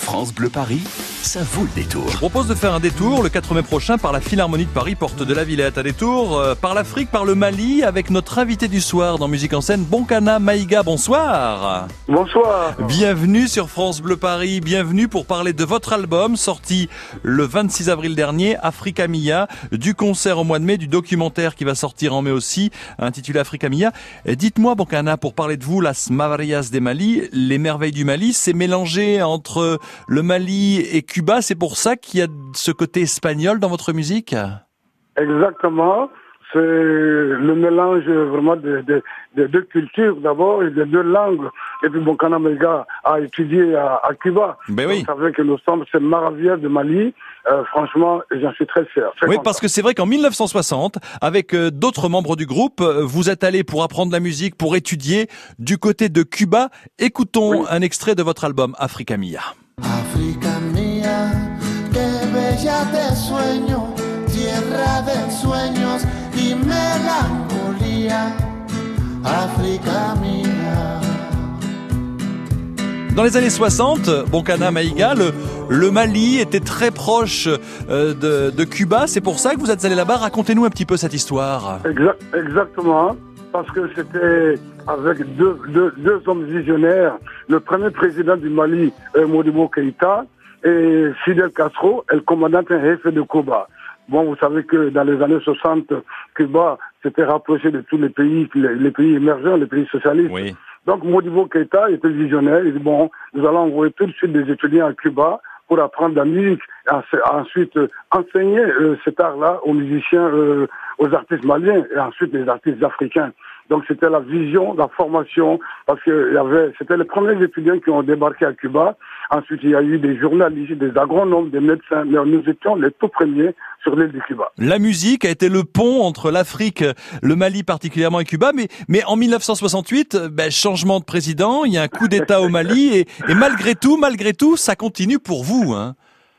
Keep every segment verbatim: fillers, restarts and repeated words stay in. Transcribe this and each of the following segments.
France Bleu Paris, ça vaut le détour. Je propose de faire un détour le quatre mai prochain par la Philharmonie de Paris, porte de la Villette. Un détour euh, par l'Afrique, par le Mali, avec notre invité du soir dans Musique en scène, Bonkana Maïga. Bonsoir. Bonsoir. Bienvenue sur France Bleu Paris. Bienvenue pour parler de votre album sorti le vingt-six avril dernier, Africa Mia, du concert au mois de mai, du documentaire qui va sortir en mai aussi, intitulé Africa Mia. Dites-moi, Bonkana, pour parler de vous, Las Maravillas des Mali, les merveilles du Mali, c'est mélangé entre le Mali et Cuba. C'est pour ça qu'il y a ce côté espagnol dans votre musique? Exactement. C'est le mélange vraiment de, de, de deux cultures d'abord et de deux langues. Et puis Bonkana Maïga a étudié à, à Cuba. Ben oui. Vous savez que nous sommes ces Maravillas de Mali. Euh, franchement, j'en suis très fier. Très oui, content. parce que c'est vrai qu'en mille neuf cent soixante, avec euh, d'autres membres du groupe, euh, vous êtes allés pour apprendre la musique, pour étudier du côté de Cuba. Écoutons Oui. un extrait de votre album Africa Mia. África mía, que bella de sueño, tierra de sueños y melancolía, África mía. Dans les années soixante, Bonkana Maïga, le, le Mali était très proche euh, de, de Cuba. C'est pour ça que vous êtes allés là-bas. Racontez-nous un petit peu cette histoire. Exact, exactement. Parce que c'était avec deux, deux, deux hommes visionnaires, le premier président du Mali, euh, Modibo Keïta, et Fidel Castro, le commandant en chef de Cuba. Bon, vous savez que dans les années soixante, Cuba s'était rapproché de tous les pays, les, les pays émergents, les pays socialistes. Oui. Donc Modibo Keïta était visionnaire. Il dit, bon, nous allons envoyer tout de suite des étudiants à Cuba pour apprendre la musique, et ensuite euh, enseigner euh, cet art-là aux musiciens, euh, aux artistes maliens et ensuite les artistes africains. Donc c'était la vision, la formation, parce que il y avait, c'était les premiers étudiants qui ont débarqué à Cuba. Ensuite, il y a eu des journalistes, des agronomes, des médecins, mais nous étions les tout premiers sur l'île de Cuba. La musique a été le pont entre l'Afrique, le Mali particulièrement et Cuba, mais, mais en mille neuf cent soixante-huit, ben, changement de président, il y a un coup d'État au Mali, et, et malgré tout, malgré tout, ça continue pour vous, hein.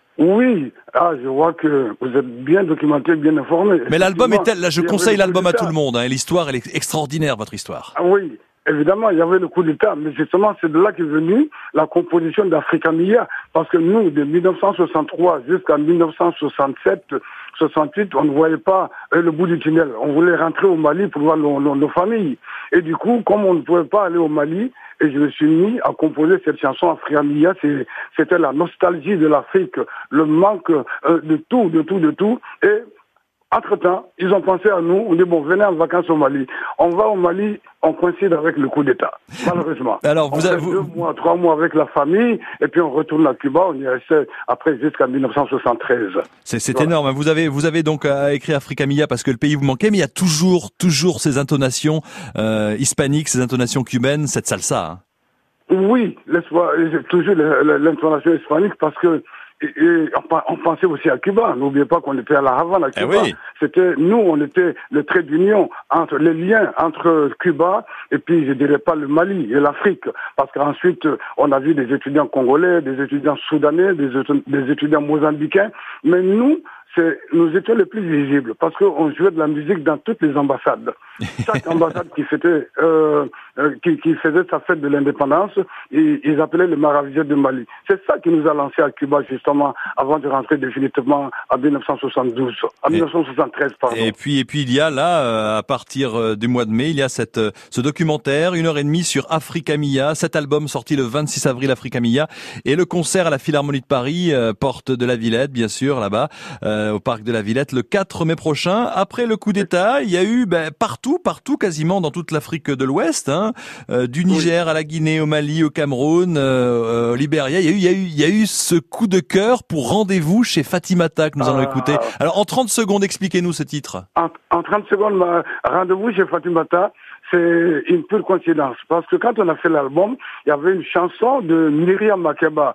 Oui, ah, je vois que vous êtes bien documenté, bien informé. Mais l'album est tel, là, je Il y avait conseille le coup l'album à d'État. tout le monde, hein, et l'histoire, elle est extraordinaire, votre histoire. Ah oui, évidemment, il y avait le coup d'État, mais justement, c'est de là qu'est venue la composition d'Africa Mia, parce que nous, de mille neuf cent soixante-trois jusqu'à mille neuf cent soixante-sept, soixante-huit, on ne voyait pas euh, le bout du tunnel. On voulait rentrer au Mali pour voir nos, nos, nos familles. Et du coup, comme on ne pouvait pas aller au Mali, et je me suis mis à composer cette chanson Africa Mia, c'est, c'était la nostalgie de l'Afrique, le manque euh, de tout, de tout, de tout, et entre-temps, ils ont pensé à nous, on dit bon, venez en vacances au Mali. On va au Mali, on coïncide avec le coup d'État, malheureusement. Alors, vous on avez- fait vous- deux mois, trois mois avec la famille, et puis on retourne à Cuba, on y est resté après jusqu'à mille neuf cent soixante-treize. C'est, c'est Voilà. énorme, hein. Vous avez, vous avez donc euh, écrit Africa Mia parce que le pays vous manquait, mais il y a toujours, toujours ces intonations euh, hispaniques, ces intonations cubaines, cette salsa, hein. Oui, l'espoir, j'ai toujours le- le- l'intonation hispanique parce que et, et on, pa- on pensait aussi à Cuba. N'oubliez pas qu'on était à La Havane, à Eh Cuba. oui. C'était, nous, on était le trait d'union entre les liens entre Cuba et puis, je dirais pas le Mali et l'Afrique. Parce qu'ensuite, on a vu des étudiants congolais, des étudiants soudanais, des, étu- des étudiants mozambicains. Mais nous, c'est, nous étions les plus visibles parce qu'on jouait de la musique dans toutes les ambassades. Chaque ambassade qui fêtait, euh, euh, qui, qui faisait sa fête de l'indépendance, ils, ils appelaient le Maravillas de Mali. C'est ça qui nous a lancé à Cuba justement avant de rentrer définitivement en mille neuf cent soixante-douze, en Et- mille neuf cent soixante-treize, pardon. Et puis, et puis il y a là, euh, à partir euh, du mois de mai, il y a cette, euh, ce documentaire, une heure et demie sur Africa Mia, cet album sorti le vingt-six avril, Africa Mia, et le concert à la Philharmonie de Paris, euh, porte de la Villette, bien sûr, là-bas, euh, au parc de la Villette, le quatre mai prochain. Après le coup d'État, il y a eu ben, partout, partout, quasiment dans toute l'Afrique de l'Ouest, hein, euh, du Niger à la Guinée, au Mali, au Cameroun, euh, euh, au Libéria. Il y a eu, il y a eu, il y a eu ce coup de cœur pour Rendez-vous chez Fatimata que nous allons Ah. écouter. Alors, en trente secondes, expliquez-nous ce titre. En, en trente secondes, ma rendez-vous chez Fatimata, c'est une pure coïncidence. Parce que quand on a fait l'album, il y avait une chanson de Myriam Makeba.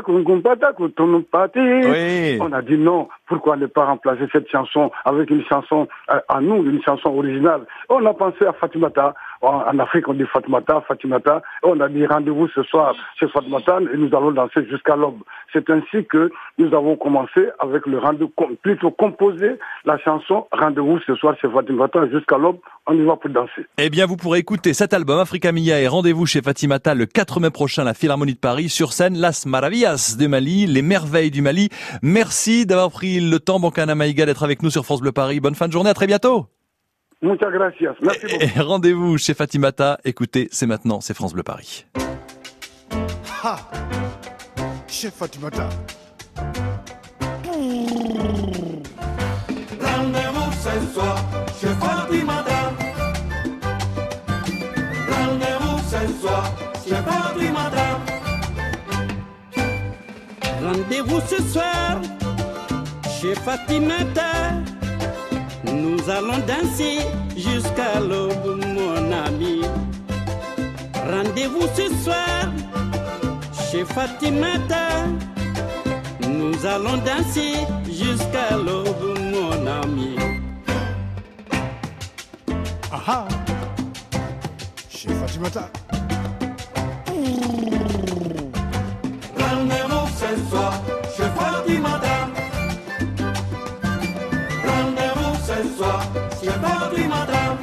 Oui. On a dit non, pourquoi ne pas remplacer cette chanson avec une chanson euh, à nous, une chanson originale. On a pensé à Fatimata, En, en Afrique, on dit Fatoumata, Fatimata. Et on a dit rendez-vous ce soir chez Fatoumata et nous allons danser jusqu'à l'aube. C'est ainsi que nous avons commencé avec le rendez-vous, plutôt composer la chanson Rendez-vous ce soir chez Fatimata jusqu'à l'aube. On y va pour danser. Eh bien, vous pourrez écouter cet album Africa Mia et Rendez-vous chez Fatimata le quatre mai prochain à la Philharmonie de Paris. Sur scène, Las Maravillas de Mali, les merveilles du Mali. Merci d'avoir pris le temps, Bonkana Maïga, d'être avec nous sur France Bleu Paris. Bonne fin de journée, à très bientôt. Muchas gracias. Merci beaucoup. Et rendez-vous chez Fatimata. Écoutez, c'est maintenant, c'est France Bleu Paris. Ha! Chez Fatimata. Rendez-vous ce soir chez Fatimata. Rendez-vous ce soir chez Fatimata. Rendez-vous ce soir chez Fatimata. Nous allons danser jusqu'à l'aube, mon ami. Rendez-vous ce soir chez Fatimata. Nous allons danser jusqu'à l'aube, mon ami. Aha! Chez Fatimata. Rendez-vous ce soir chez Fatimata. Rendez-vous ce soir chez Fatimata.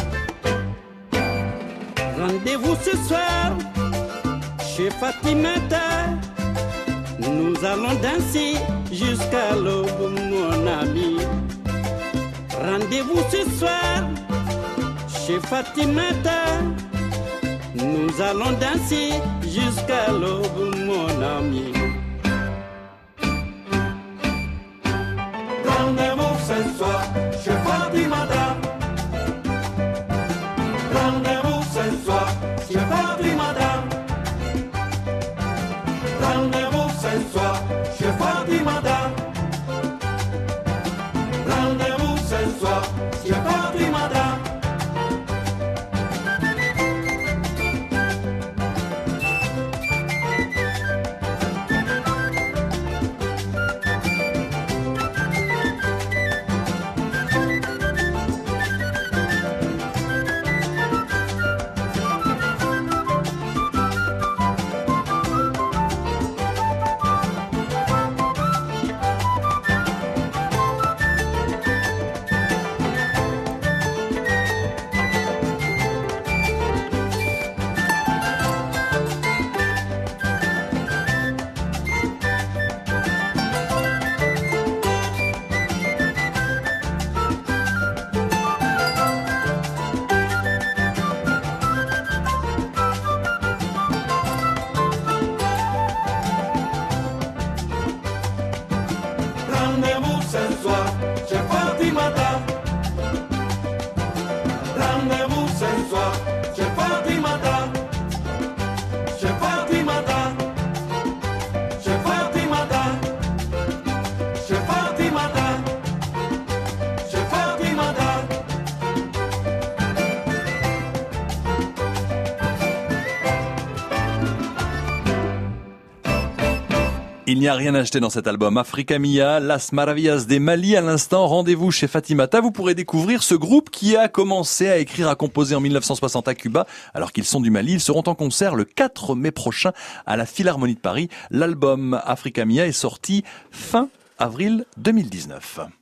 Rendez-vous ce soir chez Fatimata. Nous allons danser jusqu'à l'aube, mon ami. Rendez-vous ce soir chez Fatimata. Nous allons danser jusqu'à l'aube, mon ami. Rendez-vous ce soir chez Fatimata. Rendez-vous ce soir chez Fatimata. Rendez-vous ce soir chez Fatimata. Rendez-vous ce soir chez Fatimata. Rendez-vous ce soir chez Fatimata. Rendez-vous ce soir chez Fatimata. Chez Fatimata. Chez Fatimata. Chez Fatimata. Chez Fatimata. Il n'y a rien à acheter dans cet album. Africa Mia, Las Maravillas des Mali à l'instant. Rendez-vous chez Fatimata. Vous pourrez découvrir ce groupe qui a commencé à écrire, à composer en mille neuf cent soixante à Cuba, alors qu'ils sont du Mali. Ils seront en concert le quatre mai prochain à la Philharmonie de Paris. L'album Africa Mia est sorti fin avril deux mille dix-neuf.